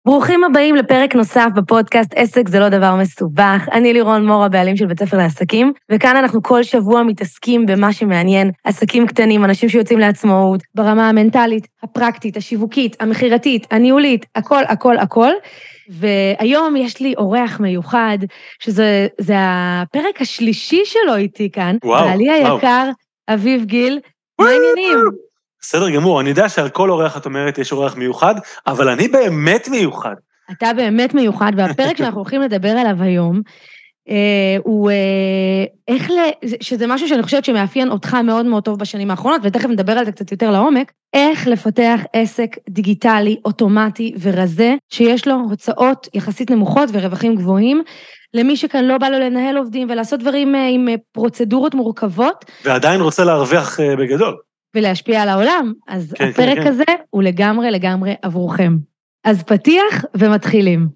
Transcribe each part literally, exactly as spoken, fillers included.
ברוכים הבאים לפרק נוסף בפודקאסט עסק זה לא דבר מסובך. אני לירון מור, הבעלים של בית ספר לעסקים, וכאן אנחנו כל שבוע מתעסקים במה שמעניין, עסקים קטנים, אנשים שיוצאים לעצמאות, ברמה המנטלית, הפרקטית, השיווקית, המחירתית, הניהולית, הכל, הכל, הכל. והיום יש לי אורח מיוחד, שזה זה הפרק השלישי שלו איתי כאן, בעלי היקר, אביב גיל, מה העניינים? בסדר גמור, אני יודע שעל כל אורח את אומרת יש אורח מיוחד, אבל אני באמת מיוחד. אתה באמת מיוחד, והפרק שאנחנו הולכים לדבר עליו היום, אה, הוא, אה, איך ל... שזה משהו שאני חושבת שמאפיין אותך מאוד מאוד טוב בשנים האחרונות, ותכף נדבר על זה קצת יותר לעומק, איך לפתח עסק דיגיטלי, אוטומטי ורזה, שיש לו הוצאות יחסית נמוכות ורווחים גבוהים, למי שכאן לא בא לו לנהל עובדים ולעשות דברים עם פרוצדורות מורכבות. ועדיין רוצה להרוויח בגדול. ולהשפיע על העולם, אז כן, הפרק כן, כן. הזה הוא לגמרי לגמרי עבורכם. אז פתיח ומתחילים.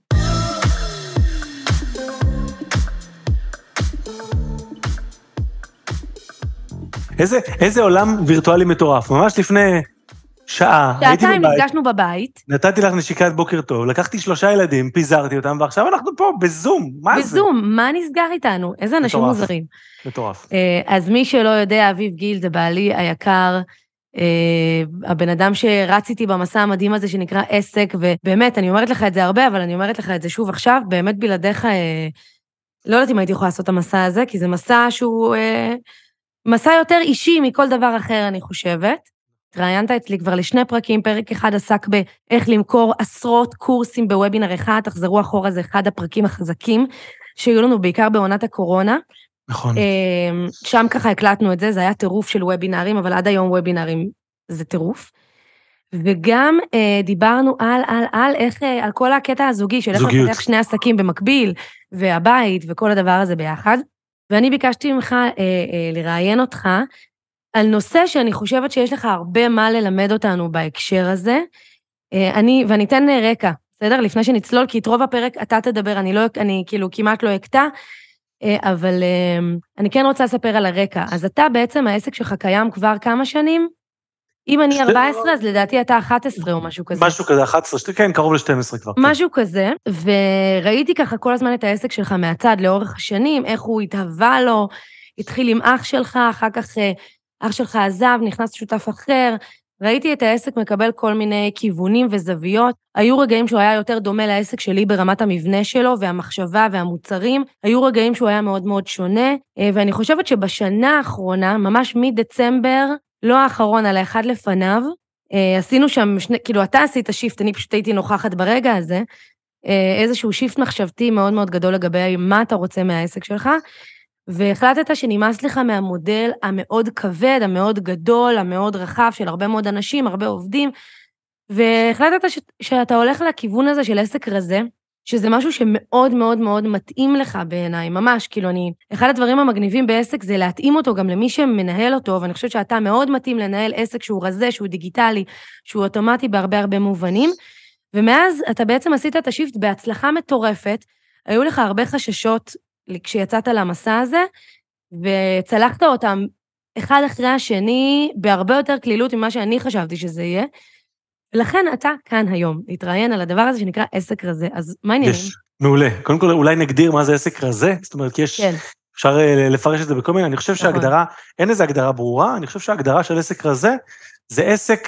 איזה, איזה עולם וירטואלי מטורף, ממש לפני שעה, הייתי שעתיים בבית, נפגשנו בבית, נתתי לך נשיקת בוקר טוב, לקחתי שלושה ילדים, פיזרתי אותם, ועכשיו אנחנו פה בזום, מה זה? בזום, מה נסגר איתנו? איזה אנשים מטורף. מוזרים. מטורף. אה, אז מי שלא יודע, אביב גיל זה בעלי היקר, אה, הבן אדם שרץ איתי במסע המדהים הזה שנקרא עסק, ובאמת, אני אומרת לך את זה הרבה, אבל אני אומרת לך את זה שוב עכשיו, באמת בלעדיך, אה, לא יודעת אם הייתי יכולה לעשות את המסע הזה, כי זה מסע שהוא אה, מסע יותר אישי מכל דבר אחר, אני חושבת. ראיינת אצלי כבר לשני פרקים, פרק אחד עסק באיך למכור עשרות קורסים בוובינר אחד, תחזרו אחורה, זה אחד הפרקים החזקים, שהיו לנו בעיקר בעונת הקורונה. נכון. שם ככה הקלטנו את זה, זה היה טירוף של וובינרים, אבל עד היום וובינרים זה טירוף. וגם דיברנו על, על, על איך, על כל הקטע הזוגי, של איך לפתח שני עסקים במקביל, והבית, וכל הדבר הזה ביחד. ואני ביקשתי ממך לראיין אותך, על נושא שאני חושבת שיש לך הרבה מה ללמד אותנו בהקשר הזה. אני, ואני אתן רקע, בסדר? לפני שנצלול, כי את רוב הפרק אתה תדבר, אני לא, אני כאילו כמעט לא אקטע, אבל אני כן רוצה לספר על הרקע. אז אתה בעצם, העסק שלך קיים כבר כמה שנים? אם אני ארבע עשרה, אז לדעתי אתה אחת עשרה או משהו כזה. משהו כזה, אחת עשרה, כן, קרוב ל-שתים עשרה כבר. משהו כזה, וראיתי ככה כל הזמן את העסק שלך מהצד לאורך השנים, איך הוא התהווה לו, התחיל עם אח שלך, אחר כך אח שלך עזב, נכנס שותף אחר, ראיתי את העסק מקבל כל מיני כיוונים וזוויות, היו רגעים שהוא היה יותר דומה לעסק שלי ברמת המבנה שלו, והמחשבה והמוצרים, היו רגעים שהוא היה מאוד מאוד שונה, ואני חושבת שבשנה האחרונה, ממש מדצמבר, לא האחרון, על האחד לפניו, עשינו שם, שני, כאילו אתה עשית שיפט, אני פשוט הייתי נוכחת ברגע הזה, איזשהו שיפט מחשבתי מאוד מאוד גדול לגבי מה אתה רוצה מהעסק שלך, והחלטת שנמאס לך מהמודל המאוד כבד, המאוד גדול, המאוד רחב של הרבה מאוד אנשים, הרבה עובדים, והחלטת ש... שאתה הולך לכיוון הזה של עסק רזה, שזה משהו שמאוד מאוד מאוד מתאים לך בעיניי, ממש, כאילו אני, אחד הדברים המגניבים בעסק זה להתאים אותו גם למי שמנהל אותו, ואני חושבת שאתה מאוד מתאים לנהל עסק שהוא רזה, שהוא דיגיטלי, שהוא אוטומטי בהרבה הרבה מובנים, ומאז אתה בעצם עשית את השיפט בהצלחה מטורפת, היו לך הרבה חששות כשיצאת למסע הזה, וצלחת אותם אחד אחרי השני, בהרבה יותר כלילות ממה שאני חשבתי שזה יהיה, ולכן אתה כאן היום, להתראיין על הדבר הזה שנקרא עסק רזה, אז מה העניינים? יש, מעולה. קודם כל אולי נגדיר מה זה עסק רזה, זאת אומרת, כי יש, כן. אפשר לפרש את זה בכל מיני, אני חושב שההגדרה, אין איזו הגדרה ברורה, אני חושב שההגדרה של עסק רזה, זה עסק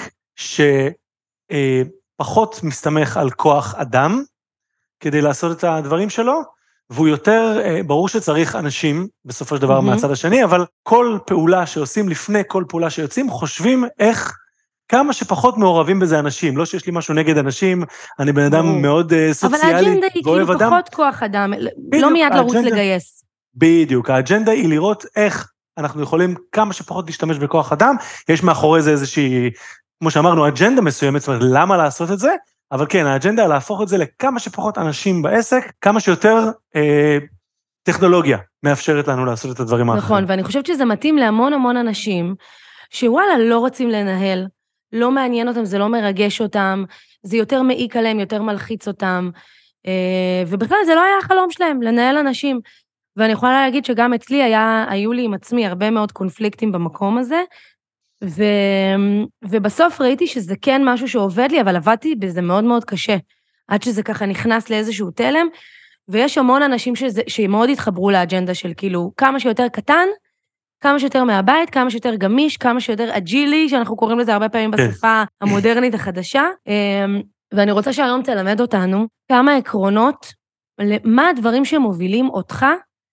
שפחות מסתמך על כוח אדם, כדי לעשות את הדברים שלו, והוא יותר, ברור שצריך אנשים, בסופו של דבר mm-hmm. מהצד השני, אבל כל פעולה שעושים לפני כל פעולה שיוצאים, חושבים איך, כמה שפחות מעורבים בזה אנשים, לא שיש לי משהו נגד אנשים, אני בן אדם mm-hmm. מאוד uh, סוציאלי, אבל האג'נדה היא כאילו אדם. פחות כוח אדם, בדיוק, לא מיד לרוץ האג'נדה, לגייס. בדיוק, האג'נדה היא לראות איך אנחנו יכולים כמה שפחות להשתמש בכוח אדם, יש מאחורי זה איזושהי, כמו שאמרנו, אג'נדה מסוימת, זאת אומרת, למה לעשות את זה? אבל כן, האג'נדה להפוך את זה לכמה שפחות אנשים בעסק, כמה שיותר אה, טכנולוגיה מאפשרת לנו לעשות את הדברים האחרים. נכון, ואני חושבת שזה מתאים להמון המון אנשים, שוואלה לא רוצים לנהל, לא מעניין אותם, זה לא מרגש אותם, זה יותר מעיק עליהם, יותר מלחיץ אותם, אה, ובכלל זה לא היה החלום שלהם, לנהל אנשים, ואני יכולה להגיד שגם אצלי היה, היו לי עם עצמי הרבה מאוד קונפליקטים במקום הזה, ו... ובסוף ראיתי שזה כן משהו שעובד לי, אבל עבדתי בזה מאוד מאוד קשה. עד שזה ככה נכנס לאיזשהו תלם, ויש המון אנשים שזה, שמאוד התחברו לאג'נדה של כאילו, כמה שיותר קטן, כמה שיותר מהבית, כמה שיותר גמיש, כמה שיותר אג'ילי, שאנחנו קוראים לזה הרבה פעמים בשפה המודרנית החדשה, ואני רוצה שהיום תלמד אותנו כמה עקרונות, מה הדברים שמובילים אותך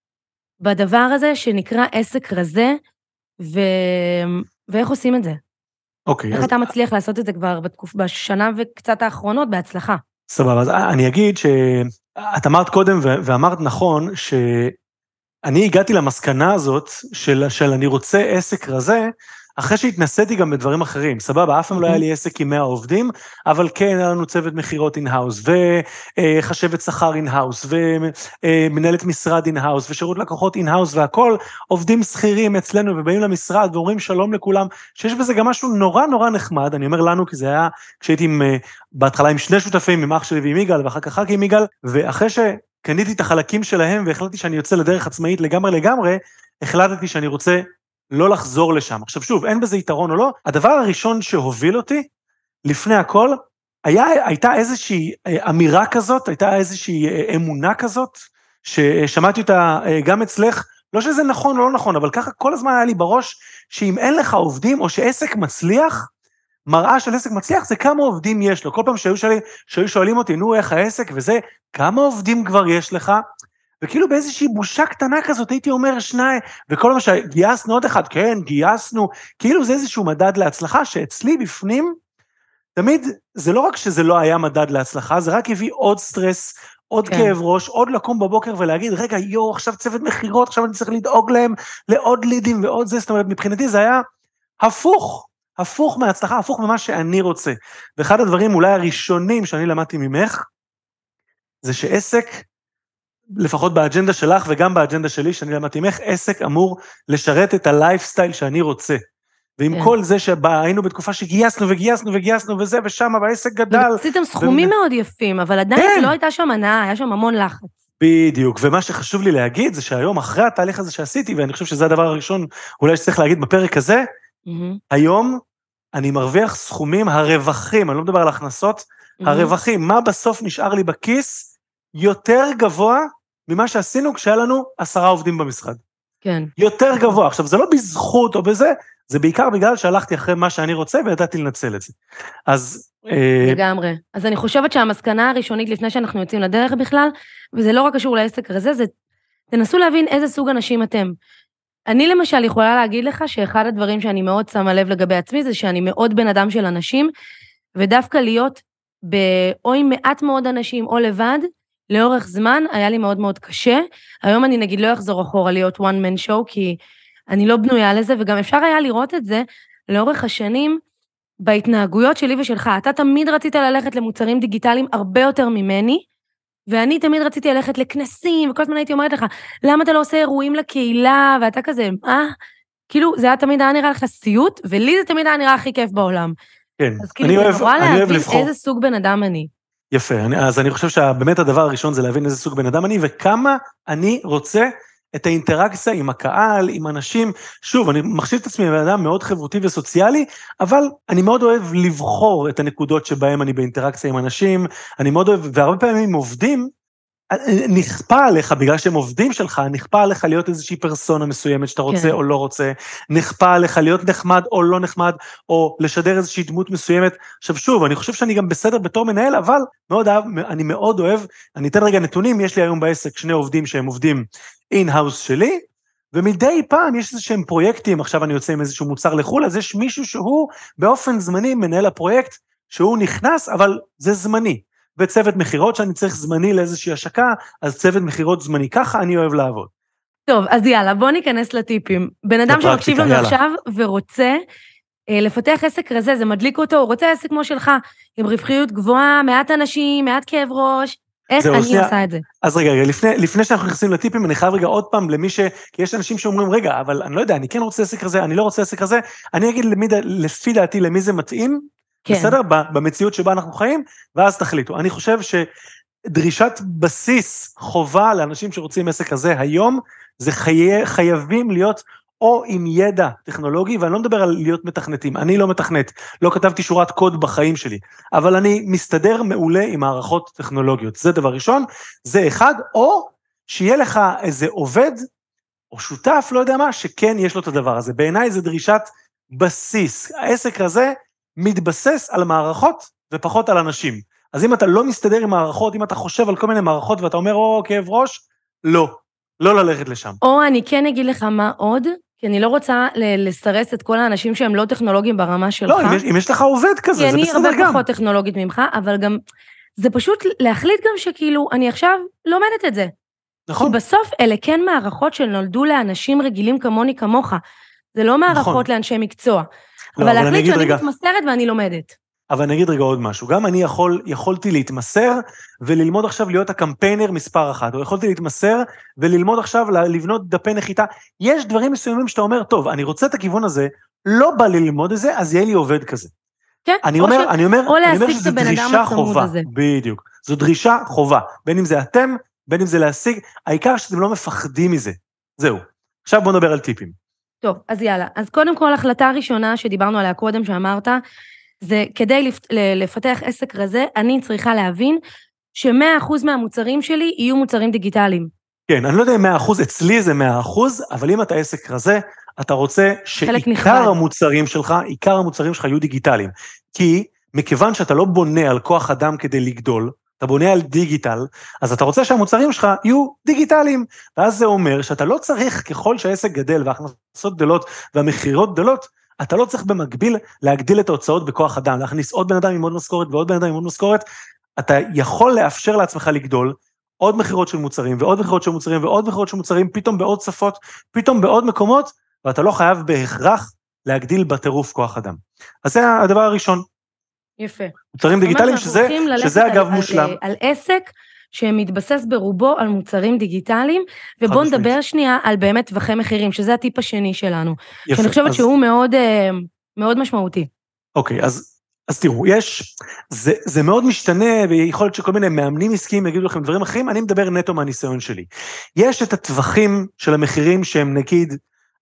בדבר הזה שנקרא עסק רזה, ו... ואיך עושים את זה? אוקיי. איך אז... אתה מצליח לעשות את זה כבר בתקוף, בשנה וקצת האחרונות בהצלחה? סבבה, אז אני אגיד שאת אמרת קודם ואמרת נכון, שאני הגעתי למסקנה הזאת של, של אני רוצה עסק רזה, אחרי שהתנסיתי גם בדברים אחרים, סבבה, אף פעם לא היה לי עסק עם מאה עובדים, אבל כן, היה לנו צוות מחירות אין-האוס, וחשבת שכר אין-האוס, ומנהלת משרד אין-האוס, ושירות לקוחות אין-האוס, והכל עובדים שכירים אצלנו, ובאים למשרד, ואומרים שלום לכולם, שיש בזה גם משהו נורא נורא נחמד, אני אומר לנו, כי זה היה, כשהייתי עם, בהתחלה עם שני שותפים, עם אח שלי ועם יגאל, ואחר כך עם יגאל, ואחרי שקניתי את החלקים שלהם, והחלטתי שאני יוצא לדרך עצמאית לגמרי לגמרי, החלטתי שאני רוצה לא לחזור לשם. עכשיו שוב, אין בזה יתרון או לא, הדבר הראשון שהוביל אותי, לפני הכל, היה, הייתה איזושהי אמירה כזאת, הייתה איזושהי אמונה כזאת, ששמעתי אותה גם אצלך, לא שזה נכון או לא נכון, אבל ככה כל הזמן היה לי בראש, שאם אין לך עובדים, או שעסק מצליח, מראה של עסק מצליח, זה כמה עובדים יש לו. כל פעם שהיו, שואלים, שהיו שואלים אותי, נו, איך העסק, וזה, כמה עובדים כבר יש לך? וכאילו באיזושהי בושה קטנה כזאת, הייתי אומר שניים, וכל מה שגייסנו עוד אחד, כן, גייסנו, כאילו זה איזשהו מדד להצלחה, שאצלי בפנים, תמיד, זה לא רק שזה לא היה מדד להצלחה, זה רק הביא עוד סטרס, עוד כן. כאב ראש, עוד לקום בבוקר ולהגיד, רגע, יו, עכשיו צוות מחירות, עכשיו אני צריך לדאוג להם, לעוד לידים ועוד זה, זאת אומרת, מבחינתי זה היה הפוך, הפוך מההצלחה, הפוך ממה שאני רוצה. ואחד הדברים אולי הראשונים שאני למדתי ממך, זה שעסק, לפחות באג'נדה שלך וגם באג'נדה שלי, שאני למדתי ממך, עסק אמור לשרת את הלייפסטייל שאני רוצה. ועם כן. כל זה שהיינו בתקופה שגייסנו וגייסנו וגייסנו וזה ושם, והעסק גדל. ועשיתם סכומים ו... מאוד יפים, אבל עדיין כן. לא הייתה שם הנאה, היה שם המון לחץ. בדיוק, ומה שחשוב לי להגיד, זה שהיום אחרי התהליך הזה שעשיתי, ואני חושב שזה הדבר הראשון, אולי שצריך להגיד בפרק הזה, mm-hmm. היום אני מרוויח סכומים, הרווחים, אני לא מדבר על הכנסות, mm-hmm. הרווחים, מה בסוף נשאר לי בכיס, יותר גבוה ממה שעשינו כשהיה לנו עשרה עובדים במשרד. כן. יותר גבוה. עכשיו, זה לא בזכות או בזה, זה בעיקר בגלל שהלכתי אחרי מה שאני רוצה, וידעתי לנצל את זה. אז... לגמרי. אז אני חושבת שהמסקנה הראשונית, לפני שאנחנו יוצאים לדרך בכלל, וזה לא רק קשור לעסק רזה, זה תנסו להבין איזה סוג אנשים אתם. אני למשל יכולה להגיד לך, שאחד הדברים שאני מאוד שמה לב לגבי עצמי, זה שאני מאוד בן אדם של אנשים, ודווקא להיות או עם מעט מאוד אנשים או לבד, לאורך זמן היה לי מאוד מאוד קשה. היום אני נגיד לא אחזור אחורה להיות one man show, כי אני לא בנויה לזה, וגם אפשר היה לראות את זה לאורך השנים, בהתנהגויות שלי ושלך. אתה תמיד רצית ללכת למוצרים דיגיטליים הרבה יותר ממני, ואני תמיד רציתי ללכת לכנסים, וכל הזמן הייתי אומרת לך, למה אתה לא עושה אירועים לקהילה, ואתה כזה, אה? כאילו, זה היה תמיד היה נראה לך סיוט, ולי זה תמיד היה נראה הכי כיף בעולם. כן, אז כאילו, אני אוהב, אני אוהב לבחור. איזה סוג בן אדם אני. יפה, אני, אז אני חושב שבאמת הדבר הראשון זה להבין איזה סוג בן אדם אני, וכמה אני רוצה את האינטראקציה עם הקהל, עם אנשים. שוב, אני מחשיב את עצמי בן אדם מאוד חברותי וסוציאלי, אבל אני מאוד אוהב לבחור את הנקודות שבהם אני באינטראקציה עם אנשים, אני מאוד אוהב, והרבה פעמים עובדים, נכפה עליך, בגלל שהם עובדים שלך, נכפה עליך להיות איזושהי פרסונה מסוימת שאתה רוצה כן. או לא רוצה, נכפה עליך להיות נחמד או לא נחמד, או לשדר איזושהי דמות מסוימת. עכשיו שוב, אני חושב שאני גם בסדר בתור מנהל, אבל מאוד אוהב, אני מאוד אוהב, אני אתן רגע נתונים, יש לי היום בעסק שני עובדים שהם עובדים אין-האוס שלי, ומדי פעם יש איזשהם פרויקטים, עכשיו אני יוצא עם איזשהו מוצר לחול, אז יש מישהו שהוא באופן זמני מנהל הפרויקט, שהוא נכנס, אבל זה זמני. וצוות מחירות שאני צריך זמני לאיזושהי השקה, אז צוות מחירות זמני, ככה אני אוהב לעבוד. טוב, אז יאללה, בוא ניכנס לטיפים. בן אדם שמקשיב לנו עכשיו ורוצה אה, לפתח עסק רזה, זה מדליק אותו, הוא רוצה עסק כמו שלך, עם רווחיות גבוהה, מעט אנשים, מעט כאב ראש, איך אני שנייה, עושה את זה? אז רגע, רגע, לפני, לפני שאנחנו נכנסים לטיפים, אני חייב רגע עוד פעם למי ש... כי יש אנשים שאומרים, רגע, אבל אני לא יודע, אני כן רוצה עסק רזה, אני לא רוצה עסק רזה, אני אגיד למי, לפי דעתי למי זה מתאים, כן. בסדר? במציאות שבה אנחנו חיים, ואז תחליטו. אני חושב שדרישת בסיס חובה לאנשים שרוצים עסק כזה היום, זה חי... חייבים להיות או עם ידע טכנולוגי, ואני לא מדבר על להיות מתכנתים, אני לא מתכנת, לא כתבתי שורת קוד בחיים שלי, אבל אני מסתדר מעולה עם מערכות טכנולוגיות, זה דבר ראשון, זה אחד, או שיהיה לך איזה עובד, או שותף, לא יודע מה, שכן יש לו את הדבר הזה, בעיניי זה דרישת בסיס, העסק הזה מתבסס על מערכות ופחות על אנשים, אז אם אתה לא מסתדר עם מערכות, אם אתה חושב על כל מיני מערכות ואתה אומר, או, כאב ראש, לא, לא ללכת לשם. או אני כן אגיד לך מה עוד, כי אני לא רוצה לסרס את כל האנשים שהם לא טכנולוגיים ברמה שלך. לא, אם יש, אם יש לך עובד כזה, זה בסדר גם. כי אני הרבה פחות טכנולוגית ממך, אבל גם, זה פשוט להחליט גם שכאילו, אני עכשיו לומדת את זה. נכון. כי בסוף אלה כן מערכות שנולדו לאנשים רגילים כמוני כמוך. זה לא מערכות נכון. לאנשי מקצוע. לא, אבל, אבל להחליט שאני רגע... מתמסרת ואני לומדת. אבל אני אגיד רגע עוד משהו, גם אני יכול, יכולתי להתמסר וללמוד עכשיו להיות הקמפיינר מספר אחת, או יכולתי להתמסר וללמוד עכשיו לבנות דפי נחיתה, יש דברים מסוימים שאתה אומר, טוב, אני רוצה את הכיוון הזה, לא בא לי ללמוד את זה, אז יהיה לי עובד כזה. כן, אני או, אומר, ש... אני אומר, או אני אומר להשיג את הבן אדם הצמוד הזה. בדיוק, זו דרישה חובה, בין אם זה אתם, בין אם זה להשיג, העיקר שאתם לא מפחדים מזה, זהו. עכשיו בוא נדבר על טיפים. טוב, אז יאללה, אז קודם כל, החלטה ראשונה שדיברנו עליה קודם, שאמרת, זה כדי לפתח עסק רזה, אני צריכה להבין ש-מאה אחוז מהמוצרים שלי יהיו מוצרים דיגיטליים. כן, אני לא יודע אם מאה אחוז, אצלי זה מאה אחוז, אבל אם אתה עסק רזה, אתה רוצה שעיקר המוצרים שלך, עיקר המוצרים שלך יהיו דיגיטליים. כי מכיוון שאתה לא בונה על כוח אדם כדי לגדול, אתה בונה על דיגיטל, אז אתה רוצה שהמוצרים שלך יהיו דיגיטליים, ואז זה אומר שאתה לא צריך, ככל שהעסק גדל וההכנסות גדלות והמחירות גדלות, אתה לא צריך במקביל להגדיל את ההוצאות בכוח אדם, להכניס עוד בן אדם עם עוד משכורת ועוד בן אדם עם עוד משכורת, אתה יכול לאפשר לעצמך לגדול, עוד מחירות של מוצרים ועוד מחירות של מוצרים ועוד מחירות של מוצרים, פתאום בעוד שפות, פתאום בעוד מקומות, ואתה לא חייב בהכרח להגדיל בטירוף כוח אדם. אז זה הדבר הראשון. יפה. מוצרים דיגיטליים, שזה, שזה אגב על, מושלם. על, על עסק שמתבסס ברובו על מוצרים דיגיטליים, ובואו נדבר שנייה על באמת טווחי מחירים, שזה הטיפ השני שלנו. יפה. שאני חושבת אז... שהוא מאוד, מאוד משמעותי. אוקיי, אז, אז תראו, יש, זה, זה מאוד משתנה, ויכול להיות שכל מיני מאמנים עסקיים יגידו לכם דברים אחרים, אני מדבר נטו מהניסיון שלי. יש את הטווחים של המחירים שהם נגיד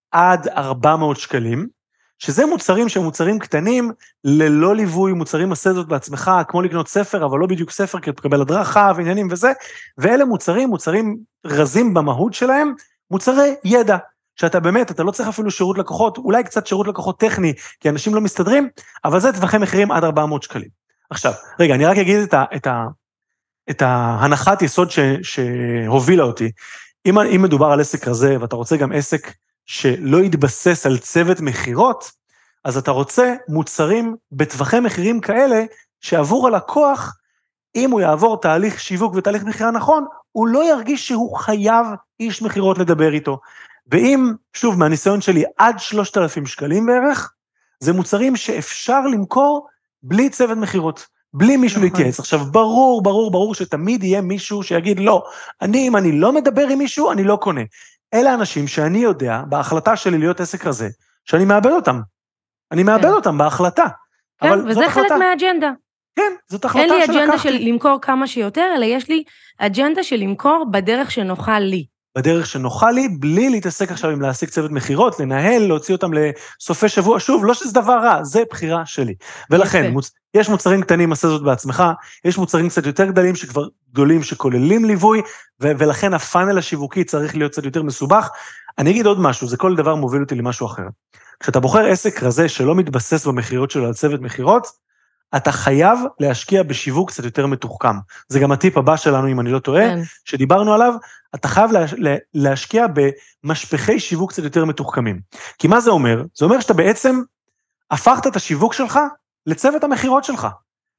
עד ארבע מאות שקלים, שזה מוצרים שהם מוצרים קטנים, ללא ליווי, מוצרים עשה זאת בעצמך, כמו לקנות ספר, אבל לא בדיוק ספר, כי תקבל הדרכה ועניינים וזה, ואלה מוצרים, מוצרים רזים במהות שלהם, מוצרי ידע, שאתה באמת, אתה לא צריך אפילו שירות לקוחות, אולי קצת שירות לקוחות טכני, כי אנשים לא מסתדרים, אבל זה טווחי מחירים עד ארבע מאות שקלים. עכשיו, רגע, אני רק אגיד את, ה, את, ה, את ההנחת יסוד ש, שהובילה אותי, אם, אם מדובר על עסק רזה, ואתה רוצה גם עסק שלא יתבסס על צוות מחירות, אז אתה רוצה מוצרים בטווחי מחירים כאלה, שעבור הלקוח, אם הוא יעבור תהליך שיווק ותהליך מחירה נכון, הוא לא ירגיש שהוא חייב איש מחירות לדבר איתו. ואם, שוב, מהניסיון שלי, עד שלושת אלפים שקלים בערך, זה מוצרים שאפשר למכור בלי צוות מחירות, בלי מישהו נכון. להתייעץ. עכשיו, ברור, ברור, ברור שתמיד יהיה מישהו שיגיד, לא, אני, אם אני לא מדבר עם מישהו, אני לא קונה. אלה האנשים שאני יודע, בהחלטה שלי להיות עסק כזה, שאני מאבד אותם. אני מאבד כן. אותם בהחלטה. כן, אבל וזה חלק מהאג'נדה. כן, זאת החלטה שלקחתי. אין לי אג'נדה שלקחתי. של למכור כמה שיותר, אלא יש לי אג'נדה של למכור בדרך שנוחה לי. בדרך שנוחה לי, בלי להתעסק עכשיו עם להשיג צוות מחירות, לנהל, להוציא אותם לסופי שבוע. שוב, לא שזה דבר רע, זה בחירה שלי. ולכן, מוצ... יש מוצרים קטנים, עשה זאת בעצמך, יש מוצרים קצת יותר גדולים, שכבר גדולים, שכוללים ליווי, ו... ולכן הפאנל השיווקי צריך להיות קצת יותר מסובך. אני אגיד עוד משהו, זה כל דבר מוביל אותי למשהו אחר. כשאתה בוחר עסק רזה שלא מתבסס במחירות שלו על צוות מחירות, אתה חייב להשקיע בשיווק קצת יותר מתוחכם. זה גם הטיפ הבא שלנו, אם אני לא טועה, כן. שדיברנו עליו, אתה חייב לה, להשקיע במשפחי שיווק קצת יותר מתוחכמים. כי מה זה אומר? זה אומר שאתה בעצם הפכת את השיווק שלך לצוות המחירות שלך.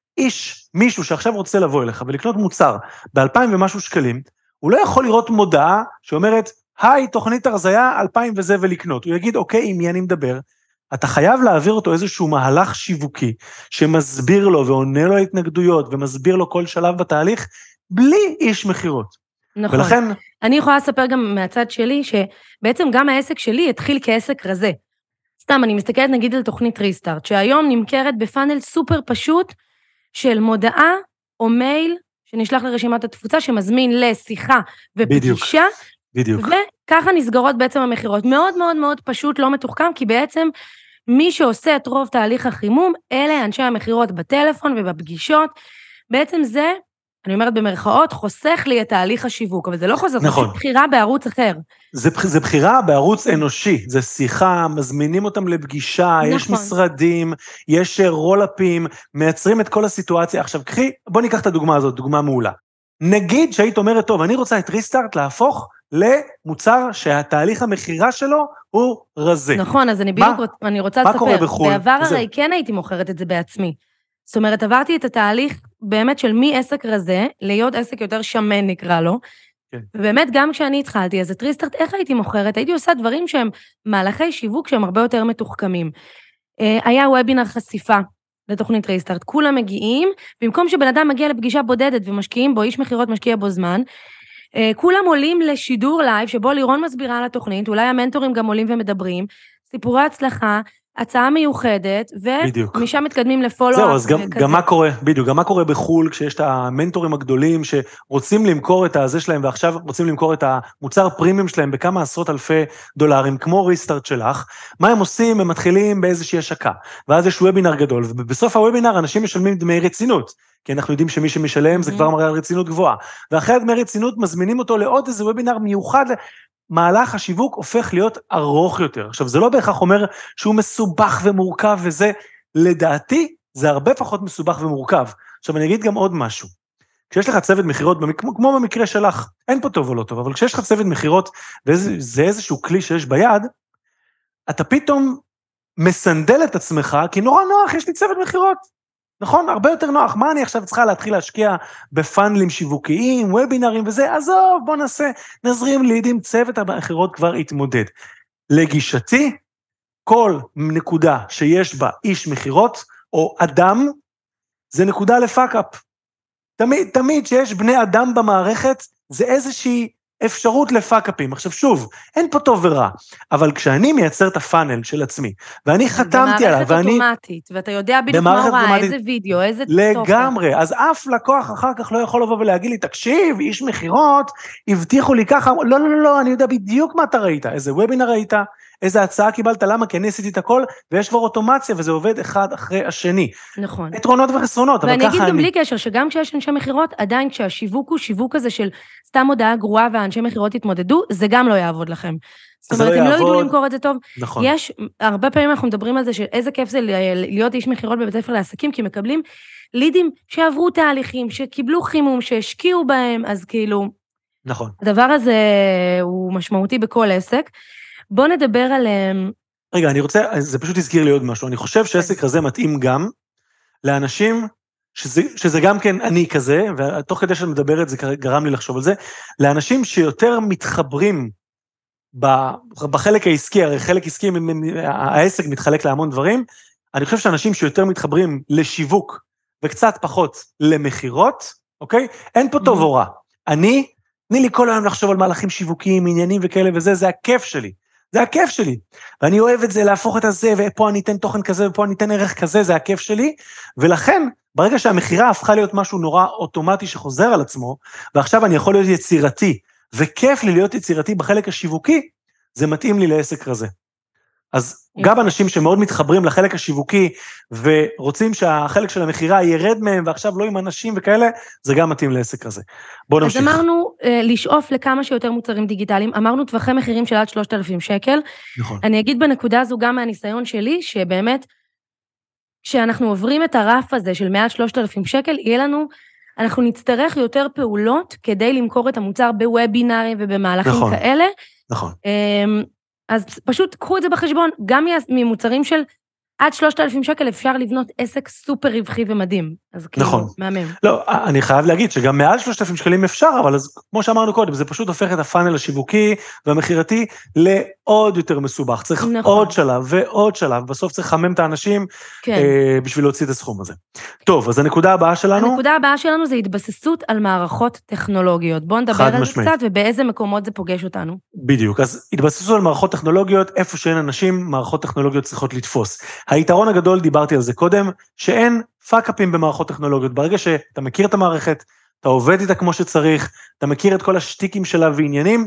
איש, מישהו שעכשיו רוצה לבוא אליך ולקנות מוצר באלפיים ומשהו שקלים, הוא לא יכול לראות מודעה שאומרת, היי, תוכנית הרזיה, אלפיים וזה ולקנות. הוא יגיד, אוקיי, עם מי אני מדבר? אתה חייב להעביר אותו איזשהו מהלך שיווקי, שמסביר לו ועונה לו התנגדויות, ומסביר לו כל שלב בתהליך, בלי איש מחירות. נכון. ולכן... אני יכולה לספר גם מהצד שלי, שבעצם גם העסק שלי התחיל כעסק רזה. סתם, אני מסתכלת נגיד על תוכנית ריסטארט, שהיום נמכרת בפאנל סופר פשוט, של מודעה או מייל, שנשלח לרשימת התפוצה, שמזמין לשיחה ופגישה, בדיוק. בדיוק. ככה נסגרות בעצם המחירות. מאוד מאוד מאוד פשוט, לא מתוחכם, כי בעצם מי שעושה את רוב תהליך החימום, אלה אנשי המחירות בטלפון ובפגישות. בעצם זה, אני אומרת במרכאות, חוסך לי את תהליך השיווק, אבל זה לא חוסך, נכון. זה בחירה בערוץ אחר. זה, זה בחירה בערוץ אנושי, זה שיחה, מזמינים אותם לפגישה, נכון. יש משרדים, יש רולאפים, מייצרים את כל הסיטואציה. עכשיו, קחי, בוא ניקח את הדוגמה הזאת, דוגמה מעולה. נגיד שהיית אומרת, טוב, אני רוצה את ריסטארט להפוך למוצר שהתהליך המחירה שלו הוא רזה. נכון, אז אני בדיוק אני רוצה לספר. מה קורה בחול? בעבר הרי כן הייתי מוכרת את זה בעצמי. זאת אומרת, עברתי את התהליך באמת של מי עסק רזה, להיות עסק יותר שמן נקרא לו, כן. ובאמת גם כשאני התחלתי, אז את ריסטארט, איך הייתי מוכרת? הייתי עושה דברים שהם מהלכי שיווק שהם הרבה יותר מתוחכמים. היה וובינר חשיפה לתוכנית ריסטארט, כולם מגיעים, במקום שבן אדם מגיע לפגישה בודדת ומשקיעים בו, איש מחירות משקיע בו זמן, כולם עולים לשידור לייב, שבו לירון מסבירה על התוכנית, אולי המנטורים גם עולים ומדברים, סיפורי הצלחה, הצעה מיוחדת, ומשם מתקדמים לפולו-אפ. זהו, אז גם, גם מה קורה, בדיוק, גם מה קורה בחול, כשיש את המנטורים הגדולים, שרוצים למכור את הזה שלהם, ועכשיו רוצים למכור את המוצר פרימיום שלהם, בכמה עשרות אלפי דולרים, כמו ריסטארט שלך, מה הם עושים? הם מתחילים באיזושהי השקה, ואז יש וובינר גדול, ובסוף הוובינר אנשים משלמים דמי רצינות, כי אנחנו יודעים שמי שמשלם זה כבר מראה על רצינות גבוהה, ואחרי דמי רצינות מזמינים אותו לעוד איזה וובינר מיוחד, מהלך השיווק הופך להיות ארוך יותר. עכשיו, זה לא בהכרח אומר שהוא מסובך ומורכב וזה, לדעתי, זה הרבה פחות מסובך ומורכב. עכשיו, אני אגיד גם עוד משהו. כשיש לך צוות מחירות, כמו במקרה שלך, אין פה טוב או לא טוב, אבל כשיש לך צוות מחירות, וזה איזשהו כלי שיש ביד, אתה פתאום מסנדל את עצמך, כי נורא נוח, יש לי צוות מחירות. נכון? הרבה יותר נוח. מה אני עכשיו צריכה להתחיל להשקיע בפאנלים שיווקיים, וובינרים וזה? עזוב, בוא נעשה, נזרים לידים, צוות המחירות כבר יתמודד. לגישתי, כל נקודה שיש בה איש מחירות, או אדם, זה נקודה לפאק-אפ. תמיד, תמיד שיש בני אדם במערכת, זה איזושהי אפשרות לפאק-אפים. עכשיו שוב, אין פה טוב ורע, אבל כשאני מייצר את הפאנל של עצמי, ואני חתמתי עליו, ואני... במערכת אוטומטית, ואתה יודע בדיוק מה הוא ראה, איזה וידאו, איזה תוכן. לגמרי, אז אף לקוח אחר כך לא יכול לבוא ולהגיד לי, תקשיב, איש מחירות, הבטיחו לי ככה, לא, לא, לא, לא, אני יודע בדיוק מה אתה ראית, איזה וובינר ראית, איזה הצעה קיבלת, למה? כי אני עשיתי את הכל, ויש כבר אוטומציה, וזה עובד אחד אחרי השני. נכון. יתרונות וחסרונות, אבל ככה אני... ואני אגיד גם בלי קשר, שגם כשיש אנשי מחירות, עדיין כשהשיווק הוא שיווק הזה של סתם הודעה גרועה, והאנשי מחירות יתמודדו, זה גם לא יעבוד לכם. זאת אומרת, אם לא ידעו למכור את זה טוב, נכון. יש, הרבה פעמים אנחנו מדברים על זה, שאיזה כיף זה להיות איש מחירות בבית ספר לעסקים, כי מקבלים לידים שעברו תהליכים, שקיבלו חימום, שהשקיעו בהם, אז כאילו... נכון. הדבר הזה הוא משמעותי בכל עסק. בוא נדבר על... רגע, אני רוצה, זה פשוט הזכיר לי עוד משהו, אני חושב שעסק הזה מתאים גם לאנשים, שזה, שזה גם כן אני כזה, ותוך כדי שאני מדבר את זה גרם לי לחשוב על זה, לאנשים שיותר מתחברים בחלק העסקי, הרי חלק עסקי, העסק מתחלק להמון דברים, אני חושב שאנשים שיותר מתחברים לשיווק, וקצת פחות למחירות, אוקיי? אין פה טוב או רע. אני, תני לי כל היום לחשוב על מהלכים שיווקיים, עניינים וכאלה וזה, זה הכיף שלי. זה הכיף שלי, ואני אוהב את זה, להפוך את הזה, ופה אני אתן תוכן כזה, ופה אני אתן ערך כזה, זה הכיף שלי, ולכן, ברגע שהמחירה הפכה להיות משהו נורא אוטומטי שחוזר על עצמו, ועכשיו אני יכול להיות יצירתי, וכיף לי להיות יצירתי בחלק השיווקי, זה מתאים לי לעסק כזה. אז גם אנשים שמאוד מתחברים לחלק השיווקי, ורוצים שהחלק של המחירה ירד מהם, ועכשיו לא עם אנשים וכאלה, זה גם מתאים לעסק כזה. בואו נמשיך. אז אמרנו לשאוף לכמה שיותר מוצרים דיגיטליים, אמרנו טווחי מחירים של עד שלושת אלפים שקל. נכון. אני אגיד בנקודה הזו גם מהניסיון שלי, שבאמת, כשאנחנו עוברים את הרף הזה של מעל שלושת אלפים שקל, יהיה לנו, אנחנו נצטרך יותר פעולות, כדי למכור את המוצר בוובינרים ובמהלכים נכון. כאלה. נכון. אז פשוט קחו את זה בחשבון, גם ממוצרים של עד שלושת אלפים שקל אפשר לבנות עסק סופר רווחי ומדהים. אז כאילו, נכון. מהמם. לא, אני חייב להגיד שגם מעל שלושת אלפים שקלים אפשר, אבל אז, כמו שאמרנו קודם, זה פשוט הופך את הפאנל השיווקי והמחירתי לעוד יותר מסובך. צריך נכון. עוד שלב ועוד שלב, בסוף צריך לחמם את האנשים כן. אה, בשביל להוציא את הסכום הזה. טוב, אז הנקודה הבאה שלנו... הנקודה הבאה שלנו זה התבססות על מערכות טכנולוגיות. בואו נדבר על זה קצת ובאיזה מקומות זה פוגש אותנו. בדיוק, אז התבססות על מערכות טכנולוגיות, איפה שאין אנשים, מערכות טכנולוגיות צריכות לתפוס. היתרון הגדול, דיברתי על זה קודם, שאין פאק-אפים במערכות טכנולוגיות. ברגע שאתה מכיר את המערכת, אתה עובד איתה כמו שצריך, אתה מכיר את כל השטיקים שלה ועניינים,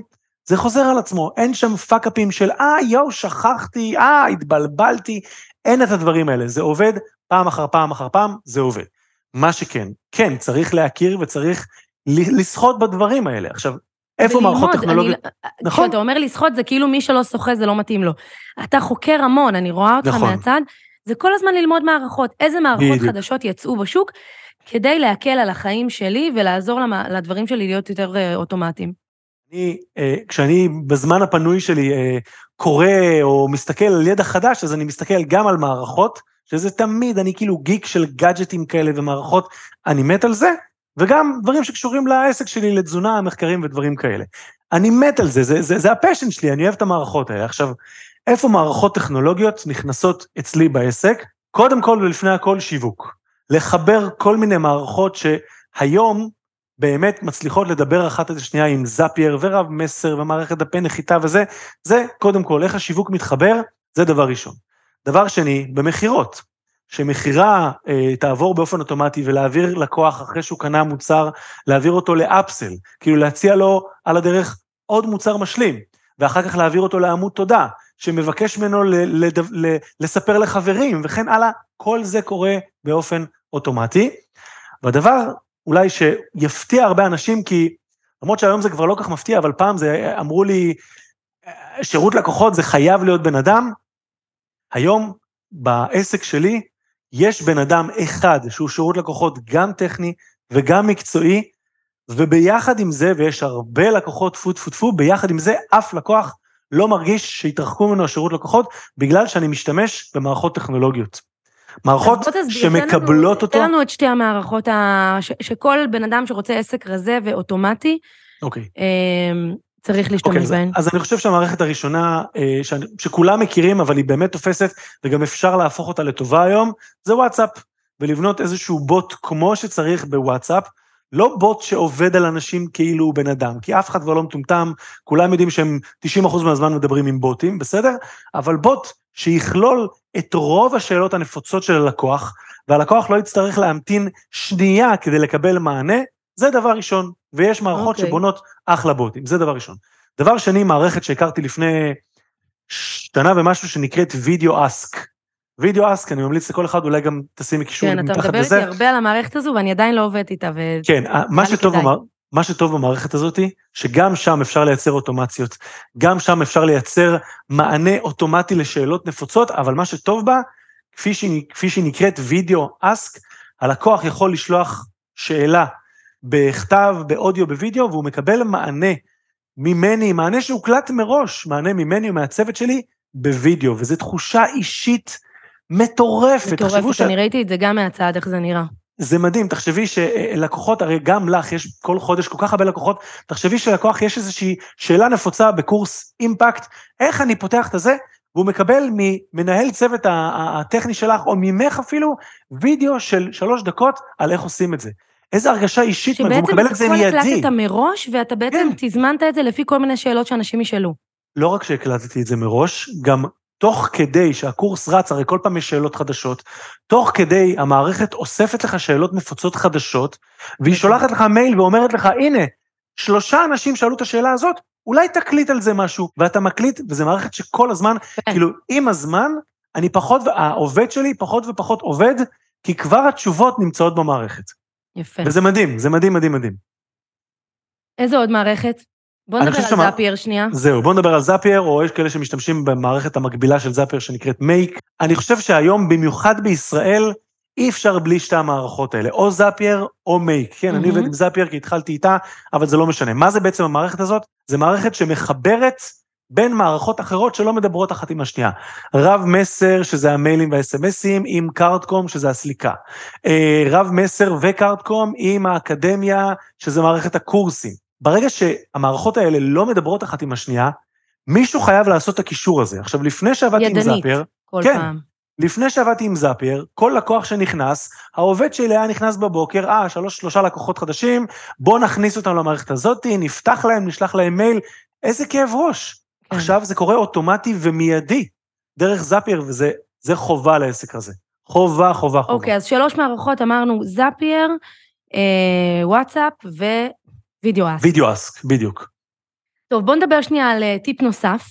זה חוזר על עצמו, אין שם פאקאפים של, אה, יו, שכחתי, אה, התבלבלתי, אין את הדברים האלה, זה עובד פעם אחר פעם אחר פעם, זה עובד. מה שכן, כן, צריך להכיר וצריך לשחות בדברים האלה. עכשיו, איפה מערכות טכנולוגיות? נכון. כשאתה אומר לשחות, זה כאילו מי שלא שוחה, זה לא מתאים לו. אתה חוקר המון, אני רואה אותך נכון. מהצד, זה כל הזמן ללמוד מערכות, איזה מערכות בדיוק. חדשות יצאו בשוק, כדי להקל על החיים שלי, ולעזור לדברים שלי להיות יותר אוטומטיים. אני, כשאני בזמן הפנוי שלי קורא או מסתכל על ידע חדש, אז אני מסתכל גם על מערכות, שזה תמיד, אני כאילו גיק של גאדג'טים כאלה ומערכות, אני מת על זה, וגם דברים שקשורים לעסק שלי, לתזונה, מחקרים ודברים כאלה. אני מת על זה, זה, זה, זה הפשן שלי, אני אוהב את המערכות האלה. עכשיו, איפה מערכות טכנולוגיות נכנסות אצלי בעסק? קודם כל ולפני הכל שיווק. לחבר כל מיני מערכות שהיום באמת מצליחות לדבר אחת את השנייה עם זאפייר ורב מסר ומערכת דפי נחיתה וזה, זה קודם כל, איך השיווק מתחבר, זה דבר ראשון. דבר שני, במחירות, שמחירה אה, תעבור באופן אוטומטי ולהעביר לקוח אחרי שהוא קנה מוצר, להעביר אותו לאפסל, כאילו להציע לו על הדרך עוד מוצר משלים, ואחר כך להעביר אותו לעמוד תודה, שמבקש ממנו ל- ל- ל- לספר לחברים, וכן הלאה, כל זה קורה באופן אוטומטי. והדבר אולי שיפתיע הרבה אנשים, כי למרות שהיום זה כבר לא כך מפתיע, אבל פעם זה אמרו לי, שירות לקוחות זה חייב להיות בן אדם, היום בעסק שלי יש בן אדם אחד שהוא שירות לקוחות גם טכני וגם מקצועי, וביחד עם זה, ויש הרבה לקוחות פו טפו טפו, ביחד עם זה אף לקוח לא מרגיש שהתרחקו ממנו השירות לקוחות, בגלל שאני משתמש במערכות טכנולוגיות. מערכות שמקבלות אותו. תן לנו את שתי המערכות, שכל בן אדם שרוצה עסק רזה ואוטומטי, אוקיי. צריך להשתמש בהן. אז אני חושב שהמערכת הראשונה, שכולם מכירים, אבל היא באמת תופסת, וגם אפשר להפוך אותה לטובה היום, זה וואטסאפ, ולבנות איזשהו בוט כמו שצריך בוואטסאפ, לא בוט שעובד על אנשים כאילו הוא בן אדם, כי אף אחד כבר לא מטומטם, כולם יודעים שהם תשעים אחוז מהזמן מדברים עם בוטים, בסדר? אבל בוט שיכלול את רוב השאלות הנפוצות של הלקוח, והלקוח לא יצטרך להמתין שנייה כדי לקבל מענה, זה דבר ראשון, ויש מערכות okay. שבונות אחלה בוטים, זה דבר ראשון. דבר שני, מערכת שהכרתי לפני שנה ומשהו שנקראת וידאו אסק. וידאו אסק, אני ממליץ לכל אחד, אולי גם תשימי קישור כן, מתחת לזה. כן, אתה מדבר איתי הרבה על המערכת הזו, ואני עדיין לא עובדת איתה. ו... כן, מה שטוב, במע... מה שטוב במערכת הזאת, שגם שם אפשר לייצר אוטומציות, גם שם אפשר לייצר מענה אוטומטי לשאלות נפוצות, אבל מה שטוב בה, כפי שהיא, כפי שהיא נקראת וידאו אסק, הלקוח יכול לשלוח שאלה בכתב, באודיו, בווידאו, והוא מקבל מענה ממני, מענה שהוקלט מראש, מענה ממני ומהצוות שלי בווידאו, וזו תחושה אישית מטורפת. מטורפת, אני ראיתי את זה גם מהצד, איך זה נראה. זה מדהים, תחשבי שלקוחות, הרי גם לך יש כל חודש כל כך הרבה לקוחות, תחשבי שלקוח יש איזושהי שאלה נפוצה בקורס אימפקט, איך אני פותח את זה, והוא מקבל ממנהל צוות הטכני שלך, או ממך אפילו, וידאו של שלוש דקות על איך עושים את זה. איזה הרגשה אישית, והוא מקבל את זה מיידי. שבעצם הכל הקלטת מראש, ואתה בעצם תזמנת את זה לפי כל מיני שאלות שאנשים ישאלו. לא רק שהקלטתי את זה מראש, גם תוך כדי שהקורס רץ, הרי כל פעם יש שאלות חדשות, תוך כדי המערכת אוספת לך שאלות נפוצות חדשות, והיא שולחת לך מייל ואומרת לך, הנה, שלושה אנשים שאלו את השאלה הזאת, אולי תקליט על זה משהו, ואתה מקליט, וזה מערכת שכל הזמן, כאילו, עם הזמן, אני פחות, העובד שלי פחות ופחות עובד, כי כבר התשובות נמצאות במערכת. יפה. וזה מדהים, זה מדהים, מדהים, מדהים. איזה עוד מערכת? בוא נדבר על שמה... זאפייר שנייה. זהו, בוא נדבר על זאפייר, או יש כאלה שמשתמשים במערכת המקבילה של זאפייר שנקראת מייק. אני חושב שהיום, במיוחד בישראל, אי אפשר בלי שתי המערכות האלה, או זאפייר או מייק. כן, mm-hmm. אני עובד עם זאפייר כי התחלתי איתה, אבל זה לא משנה. מה זה בעצם המערכת הזאת? זה מערכת שמחברת בין מערכות אחרות שלא מדברות אחת עם השנייה. רב מסר, שזה המיילים והאס-אמסים, עם קארדקום, שזה הסליקה. רב מסר וקארדקום עם האקדמיה, שזה מערכת הקורסים. ברגע שהמערכות האלה לא מדברות אחת עם השנייה, מישהו חייב לעשות את הקישור הזה. עכשיו, לפני שעבדתי עם זאפייר... ידנית, כל כן, פעם. לפני שעבדתי עם זאפייר, כל לקוח שנכנס, העובד שלי היה נכנס בבוקר, אה, שלוש, שלושה לקוחות חדשים, בוא נכניס אותם למערכת הזאת, נפתח להם, נשלח להם מייל, איזה כאב ראש. כן. עכשיו זה קורה אוטומטי ומיידי, דרך זאפייר, וזה זה חובה לעסק הזה. חובה, חובה, חובה. אוקיי, אז שלוש מערכות אמרנו, זאפייר, אה, וואטסאפ ו... וידאו אסק. וידאו אסק, בדיוק. טוב, בוא נדבר שנייה על טיפ נוסף,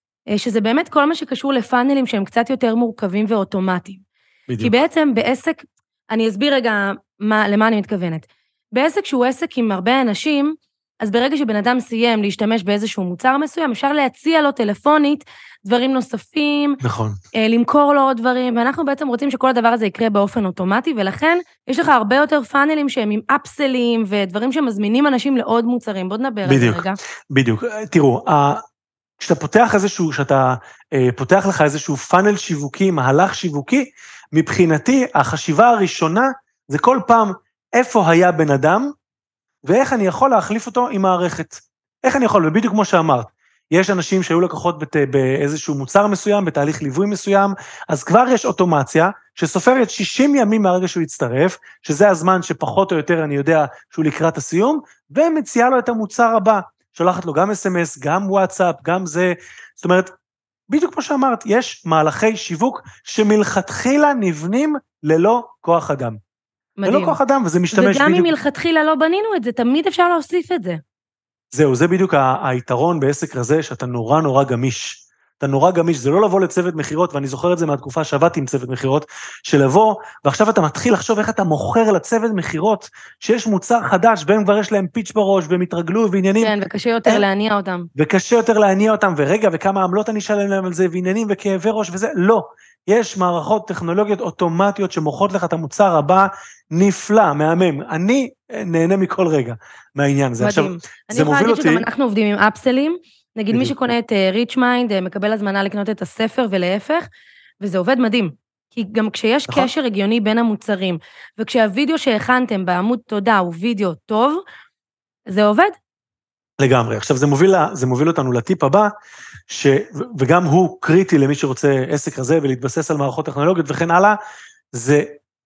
שזה באמת כל מה שקשור לפאנלים שהם קצת יותר מורכבים ואוטומטיים. בדיוק. כי בעצם בעסק, אני אסביר רגע מה, למה אני מתכוונת. בעסק שהוא עסק עם הרבה אנשים, אז ברגע שבן אדם סיים להשתמש באיזשהו מוצר מסוים, אפשר להציע לו טלפונית דברים נוספים, נכון. למכור לו עוד דברים, ואנחנו בעצם רוצים שכל הדבר הזה יקרה באופן אוטומטי, ולכן יש לך הרבה יותר פאנלים שהם עם אפסלים, ודברים שמזמינים אנשים לעוד מוצרים. בוא נדבר על זה רגע. בדיוק, בדיוק. תראו, כשאתה פותח איזשהו, כשאתה פותח לך איזשהו פאנל שיווקי, מהלך שיווקי, מבחינתי, החשיבה הראשונה, זה כל פעם איפה היה בן אדם, ואיך אני יכול להחליף אותו עם מערכת. איך אני יכול, ובדיוק כמו שאמרת, יש אנשים שהיו לקוחות בת, באיזשהו מוצר מסוים, בתהליך ליווי מסוים, אז כבר יש אוטומציה, שסופרת שישים ימים מהרגע שהוא יצטרף, שזה הזמן שפחות או יותר אני יודע שהוא לקראת הסיום, ומציעה לו את המוצר הבא, שולחת לו גם אס אם אס, גם וואטסאפ, גם זה, זאת אומרת, בדיוק כמו שאמרת, יש מהלכי שיווק שמלכתחילה נבנים ללא כוח אדם. מדהים. ללא כוח אדם, וזה משתמש וגם בדיוק... אם מלכתחילה לא בנינו את זה, תמיד אפשר להוסיף את זה. זהו, זה בדיוק היתרון בעסק הזה, שאתה נורא נורא גמיש. אתה נורא גמיש, זה לא לבוא לצוות מחירות, ואני זוכר את זה מהתקופה שעבדתי עם צוות מחירות, שלבוא, ועכשיו אתה מתחיל לחשוב איך אתה מוכר לצוות מחירות, שיש מוצר חדש, והם כבר יש להם פיץ' בראש, והם התרגלו, ועניינים... כן, וקשה יותר אין... להניע אותם. וקשה יותר להניע אותם, ורגע, וכמה עמלות אני אשלם להם על זה, ועניינים וכאבי ראש וזה, לא. יש מערכות טכנולוגיות אוטומטיות שמוכרות לך את המוצר הבא, נפלא, מהמם. אני נהנה מכל רגע מהעניין הזה. מדהים. עכשיו, אני יכולה להגיד שגם אנחנו עובדים עם אפסלים, נגיד מי שקונה את ריץ' מיינד, מקבל הזמנה לקנות את הספר ולהפך, וזה עובד מדהים. כי גם כשיש קשר הגיוני בין המוצרים, וכשהווידאו שהכנתם בעמוד תודה הוא וידאו טוב, זה עובד? לגמרי. עכשיו זה מוביל, זה מוביל אותנו לטיפ הבא, ש, וגם הוא קריטי למי שרוצה עסק הזה ולהתבסס על מערכות טכנולוגיות וכן הלאה, זה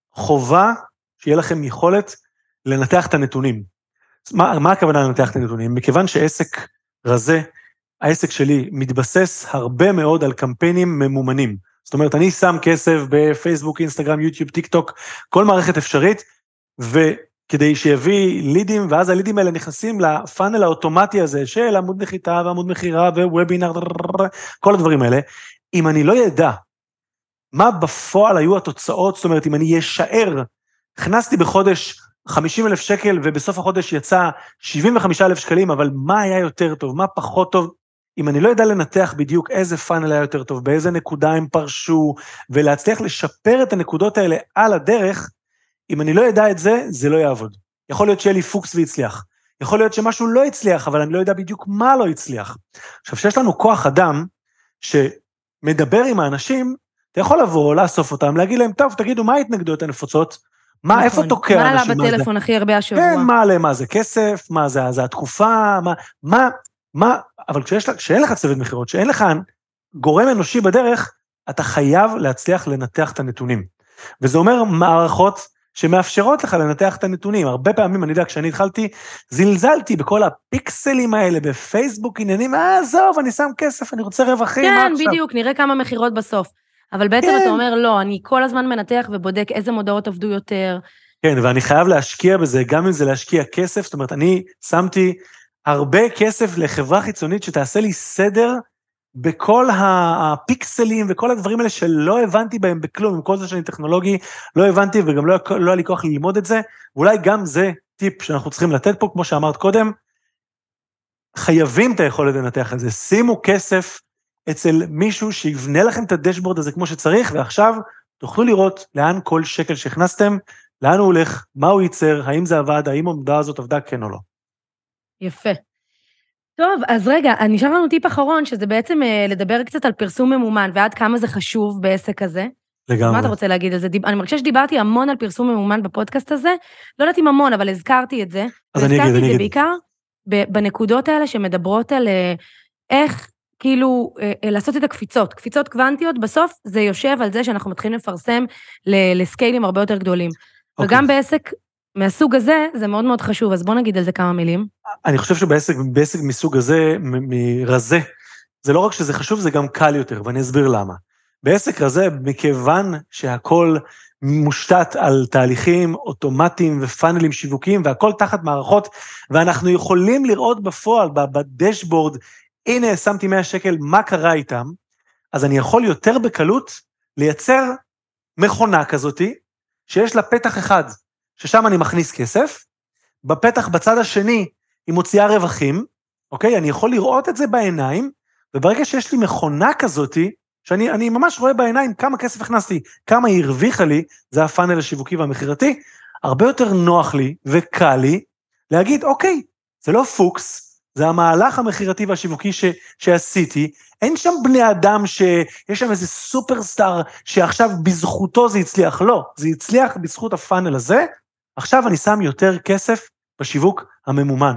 חובה שיהיה לכם יכולת לנתח את הנתונים. מה, מה הכוונה לנתח את הנתונים? מכיוון שעסק רזה, העסק שלי מתבסס הרבה מאוד על קמפיינים ממומנים. זאת אומרת, אני שם כסף בפייסבוק, אינסטגרם, יוטיוב, טיק טוק, כל מערכת אפשרית, וכדי שיביא לידים, ואז הלידים האלה נכנסים לפאנל האוטומטי הזה, של עמוד נחיתה ועמוד מחירה ווובינר, כל הדברים האלה. אם אני לא ידע מה בפועל היו התוצאות, זאת אומרת, אם אני ישאר, הכנסתי בחודש חמישים אלף שקל, ובסוף החודש יצא שבעים וחמישה אלף שקלים, אבל מה היה יותר טוב, מה פחות טוב, אם אני לא יודע לנתח בדיוק איזה פאנל היה יותר טוב, באיזה נקודה הם פרשו, ולהצליח לשפר את הנקודות האלה על הדרך, אם אני לא יודע את זה, זה לא יעבוד. יכול להיות שיהיה לי פוקס והצליח. יכול להיות שמשהו לא הצליח, אבל אני לא יודע בדיוק מה לא הצליח. עכשיו, שיש לנו כוח אדם, שמדבר עם האנשים, אתה יכול לבוא, לאסוף אותם, להגיד להם, טוב, תגידו, מה ההתנגדויות הנפוצות? מה, נכון. איפה תוקע מה אנשים? מה עלה בטלפון הכי הרבה השבוע? כן, מה עלה, מה זה כסף, מה זה, זה התקופה, מה, מה, מה, אבל כשיש, כשאין לך צוות מחירות, שאין לך גורם אנושי בדרך, אתה חייב להצליח לנתח את הנתונים. וזה אומר מערכות שמאפשרות לך לנתח את הנתונים. הרבה פעמים, אני יודע, כשאני התחלתי, זלזלתי בכל הפיקסלים האלה, בפייסבוק, עניינים, אה, עזוב, אני שם כסף, אני רוצה רווחים, כן, בדיוק, נראה כמה מחירות בסוף. אבל בעצם כן. אתה אומר, לא, אני כל הזמן מנתח ובודק איזה מודעות עבדו יותר. כן, ואני חייב להשקיע בזה, גם אם זה להשקיע כסף, זאת אומרת, אני שמתי הרבה כסף לחברה חיצונית שתעשה לי סדר בכל הפיקסלים וכל הדברים האלה שלא הבנתי בהם בכלום, עם כל זה שאני טכנולוגי, לא הבנתי וגם לא, לא היה לי כוח ללמוד את זה, ואולי גם זה טיפ שאנחנו צריכים לתת פה, כמו שאמרת קודם, חייבים את היכולת לנתח את זה, שימו כסף אצל מישהו שיבנה לכם את הדשבורד הזה כמו שצריך, ועכשיו תוכלו לראות לאן כל שקל שהכנסתם, לאן הוא הולך, מה הוא ייצר, האם זה עבד, האם המודעה הזאת עבדה כן או לא. יפה. טוב, אז רגע, נשאר לנו טיפ אחרון, שזה בעצם לדבר קצת על פרסום ממומן, ועד כמה זה חשוב בעסק הזה. לגמרי. מה אתה רוצה להגיד על זה? אני מרגישה שדיברתי המון על פרסום ממומן בפודקאסט הזה, לא יודעת אם המון, אבל הזכרתי את זה. אז אני אגיד, אני אגיד. הזכרתי את זה בעיקר בנקודות האלה שמדברות על איך, כאילו, לעשות את הקפיצות. קפיצות קוונטיות, בסוף זה יושב על זה שאנחנו מתחילים לפרסם לסקיילים הרבה יותר גדולים. וגם בעסק מהסוג הזה, זה מאוד מאוד חשוב, אז בוא נגיד על זה כמה מילים. אני חושב שבעסק, בעסק מסוג הזה, מרזה, זה לא רק שזה חשוב, זה גם קל יותר, ואני אסביר למה. בעסק רזה, מכיוון שהכל מושתת על תהליכים אוטומטיים ופאנלים שיווקיים, והכל תחת מערכות, ואנחנו יכולים לראות בפועל, בדשבורד, הנה, שמתי מאה שקל, מה קרה איתם, אז אני יכול יותר בקלות לייצר מכונה כזאת, שיש לה פתח אחד, ששם אני מכניס כסף, בפתח בצד השני היא מוציאה רווחים, אוקיי? אני יכול לראות את זה בעיניים, וברגע שיש לי מכונה כזאת, שאני אני ממש רואה בעיניים כמה כסף הכנסתי, כמה היא הרוויחה לי, זה הפאנל השיווקי והמחירתי, הרבה יותר נוח לי וקל לי להגיד, אוקיי, זה לא פוקס, זה המהלך המחירתי והשיווקי ש, שעשיתי, אין שם בני אדם שיש שם איזה סופרסטאר שעכשיו בזכותו זה הצליח, לא, זה הצליח בזכות הפאנל הזה, עכשיו אני שם יותר כסף בשיווק הממומן.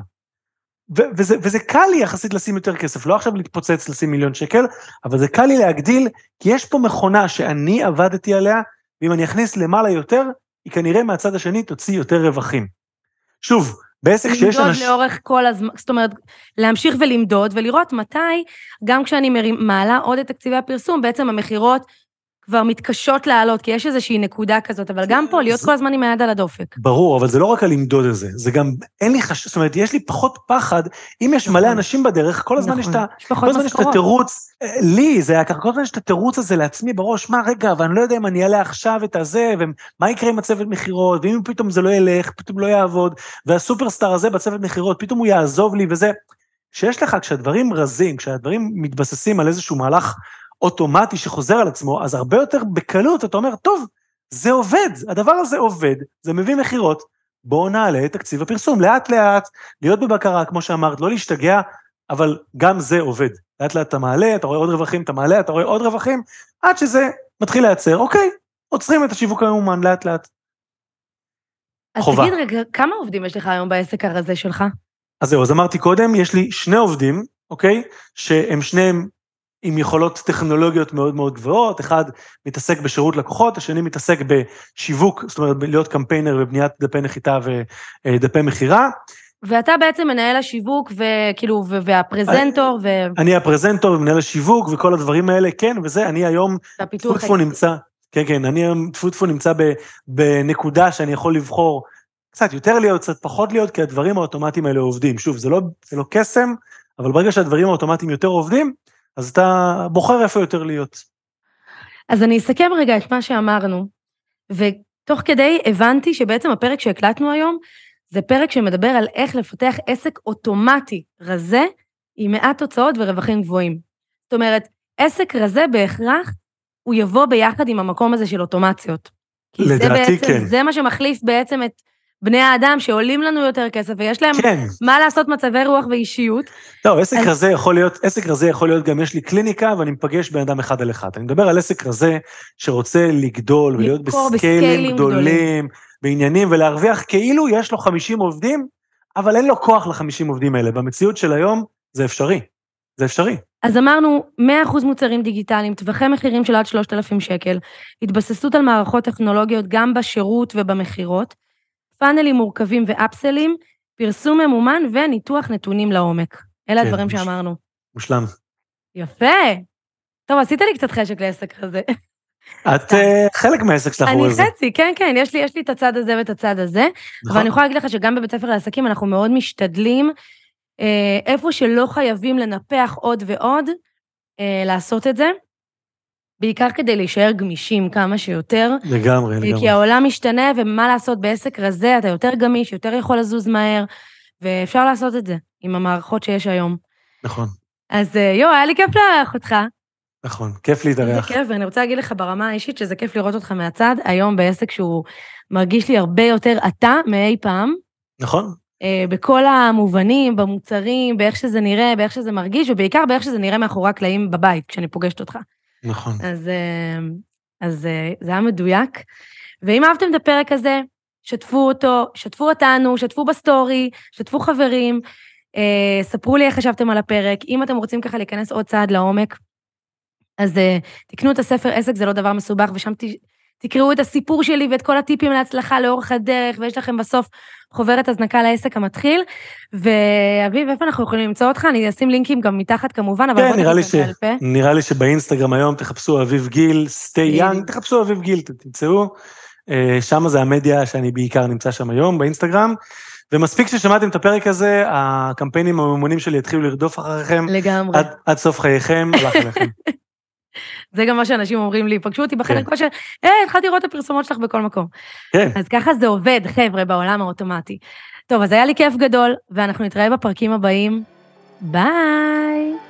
ו- וזה, וזה קל לי יחסית לשים יותר כסף, לא עכשיו להתפוצץ לשים מיליון שקל, אבל זה קל לי להגדיל, כי יש פה מכונה שאני עבדתי עליה, ואם אני אכניס למעלה יותר, היא כנראה מהצד השני תוציא יותר רווחים. שוב, בעסק שיש למדוד לאורך כל הזמן, זאת אומרת, להמשיך ולמדוד, ולראות מתי, גם כשאני מעלה עוד את תקציבי הפרסום, בעצם המחירות כבר מתקשות לעלות, כי יש איזושהי נקודה כזאת, אבל גם פה, להיות כל הזמן עם היד על הדופק. ברור, אבל זה לא רק על למדוד את זה, זה גם, אין לי חש... זאת אומרת, יש לי פחות פחד, אם יש מלא אנשים בדרך, כל הזמן יש את התירוץ, לי זה היה ככה, כל הזמן יש את התירוץ הזה לעצמי בראש, מה רגע, ואני לא יודע אם אני אעלה עכשיו את הזה, ומה יקרה עם הצוות מחירות, ואם פתאום זה לא ילך, פתאום לא יעבוד, והסופרסטאר הזה בצוות מחירות, פתאום הוא יעזוב לי, וזה, שיש לך, כשהדברים רזים, כשהדברים מתבססים על איזשהו מהלך אוטומטי שחוזר על עצמו, אז הרבה יותר בקלות, אתה אומר, טוב, זה עובד, הדבר הזה עובד, זה מביא מחירות, בואו נעלה את תקציב הפרסום, לאט לאט, להיות בבקרה, כמו שאמרת, לא להשתגע, אבל גם זה עובד. לאט לאט אתה מעלה, אתה רואה עוד רווחים, אתה מעלה, אתה רואה עוד רווחים, עד שזה מתחיל לייצר, אוקיי, עוצרים את השיווק הממומן לאט לאט. אז חובה. תגיד רגע, כמה עובדים יש לך היום בעסק הזה שלך? אז זהו, אז אמרתי קודם, יש לי שני עובדים, אוקיי, שהם שניהם עם יכולות טכנולוגיות מאוד מאוד גבוהות, אחד מתעסק בשירות לקוחות, השני מתעסק בשיווק, זאת אומרת, להיות קמפיינר ובניית דפי נחיתה ודפי מחירה. ואתה בעצם מנהל השיווק, וכאילו, והפרזנטור, ו... אני הפרזנטור ומנהל השיווק, וכל הדברים האלה, כן, וזה, אני היום, טפוטפו נמצא, כן, כן, אני היום, טפוטפו נמצא בנקודה שאני יכול לבחור, קצת יותר להיות, קצת פחות להיות, כי הדברים האוטומטיים האלה עובדים. שוב, זה לא, זה לא קסם, אבל ברגע שהדברים האוטומטיים יותר עובדים, אז אתה בוחר איפה יותר להיות. אז אני אסכם רגע את מה שאמרנו, ותוך כדי הבנתי שבעצם הפרק שהקלטנו היום, זה פרק שמדבר על איך לפתח עסק אוטומטי רזה, עם מעט תוצאות ורווחים גבוהים. זאת אומרת, עסק רזה בהכרח, הוא יבוא ביחד עם המקום הזה של אוטומציות. לדעתי זה בעצם, כן. זה מה שמחליף בעצם את בני האדם שעולים לנו יותר כסף, ויש להם כן. מה לעשות מצבי רוח ואישיות. לא, עסק אז... רזה יכול להיות, עסק רזה יכול להיות גם יש לי קליניקה, ואני מפגש בן אדם אחד על אחד. אני מדבר על עסק רזה שרוצה לגדול, ולהיות בסקיילים גדולים, גדולים, בעניינים, ולהרוויח כאילו יש לו חמישים עובדים, אבל אין לו כוח ל-חמישים עובדים האלה. במציאות של היום זה אפשרי. זה אפשרי. אז אמרנו, מאה אחוז מוצרים דיגיטליים, טווחי מחירים של עד שלושת אלפים שקל, התבססות על מערכות טכנולוגיות גם בשירות ובמחירות, פאנלים מורכבים ואפסלים, פרסום ממומן וניתוח נתונים לעומק. אלה כן, הדברים מוש... שאמרנו. מושלם. יפה. טוב, עשית לי קצת חשק לעסק הזה. את uh, חלק מהעסק שלך הוא הזה. אני חצי, כן, כן, יש לי, יש לי את הצד הזה ואת הצד הזה, נכון. אבל אני יכולה להגיד לך שגם בבית ספר לעסקים אנחנו מאוד משתדלים, אה, איפה שלא חייבים לנפח עוד ועוד, אה, לעשות את זה, בעיקר כדי להישאר גמישים כמה שיותר. לגמרי, לגמרי. כי העולם משתנה, ומה לעשות בעסק רזה, אתה יותר גמיש, יותר יכול לזוז מהר, ואפשר לעשות את זה עם המערכות שיש היום. נכון. אז יו, היה לי כיף לארח אותך. נכון, כיף להתארח. זה כיף, ואני רוצה להגיד לך ברמה האישית, שזה כיף לראות אותך מהצד, היום בעסק שהוא מרגיש לי הרבה יותר אתה מאי פעם. נכון. בכל המובנים, במוצרים, באיך שזה נראה, באיך שזה מרגיש, ובעיקר באיך שזה נראה מאחורי הקלעים בבית, כשאני פוגשת אותך. נכון. אז, אז זה היה מדויק. ואם אהבתם את הפרק הזה, שתפו אותו, שתפו אותנו, שתפו בסטורי, שתפו חברים, ספרו לי איך חשבתם על הפרק. אם אתם רוצים ככה להיכנס עוד צעד לעומק, אז תקנו את הספר עסק, זה לא דבר מסובך, ושם תקראו את הסיפור שלי ואת כל הטיפים להצלחה לאורך הדרך, ויש לכם בסוף חוברת הזנקה לעסק המתחיל. ואביב, איפה אנחנו יכולים למצוא אותך? אני אשים לינקים גם מתחת כמובן, אבל כן, נראה לי, ש... נראה לי שבאינסטגרם היום תחפשו אביב גיל, stay young, תחפשו אביב גיל, תמצאו, שם זה המדיה שאני בעיקר נמצא שם היום, באינסטגרם, ומספיק ששמעתם את הפרק הזה, הקמפיינים הממונים שלי יתחילו לרדוף אחריכם, לגמרי. עד, עד סוף חייכם, הלך עליכם. זה גם מה שאנשים אומרים לי, פגשו אותי בחדר כושר, אה, התחלתי לראות את הפרסומות שלך בכל מקום. כן. אז ככה זה עובד, חבר'ה, בעולם האוטומטי. טוב, אז היה לי כיף גדול, ואנחנו נתראה בפרקים הבאים. ביי!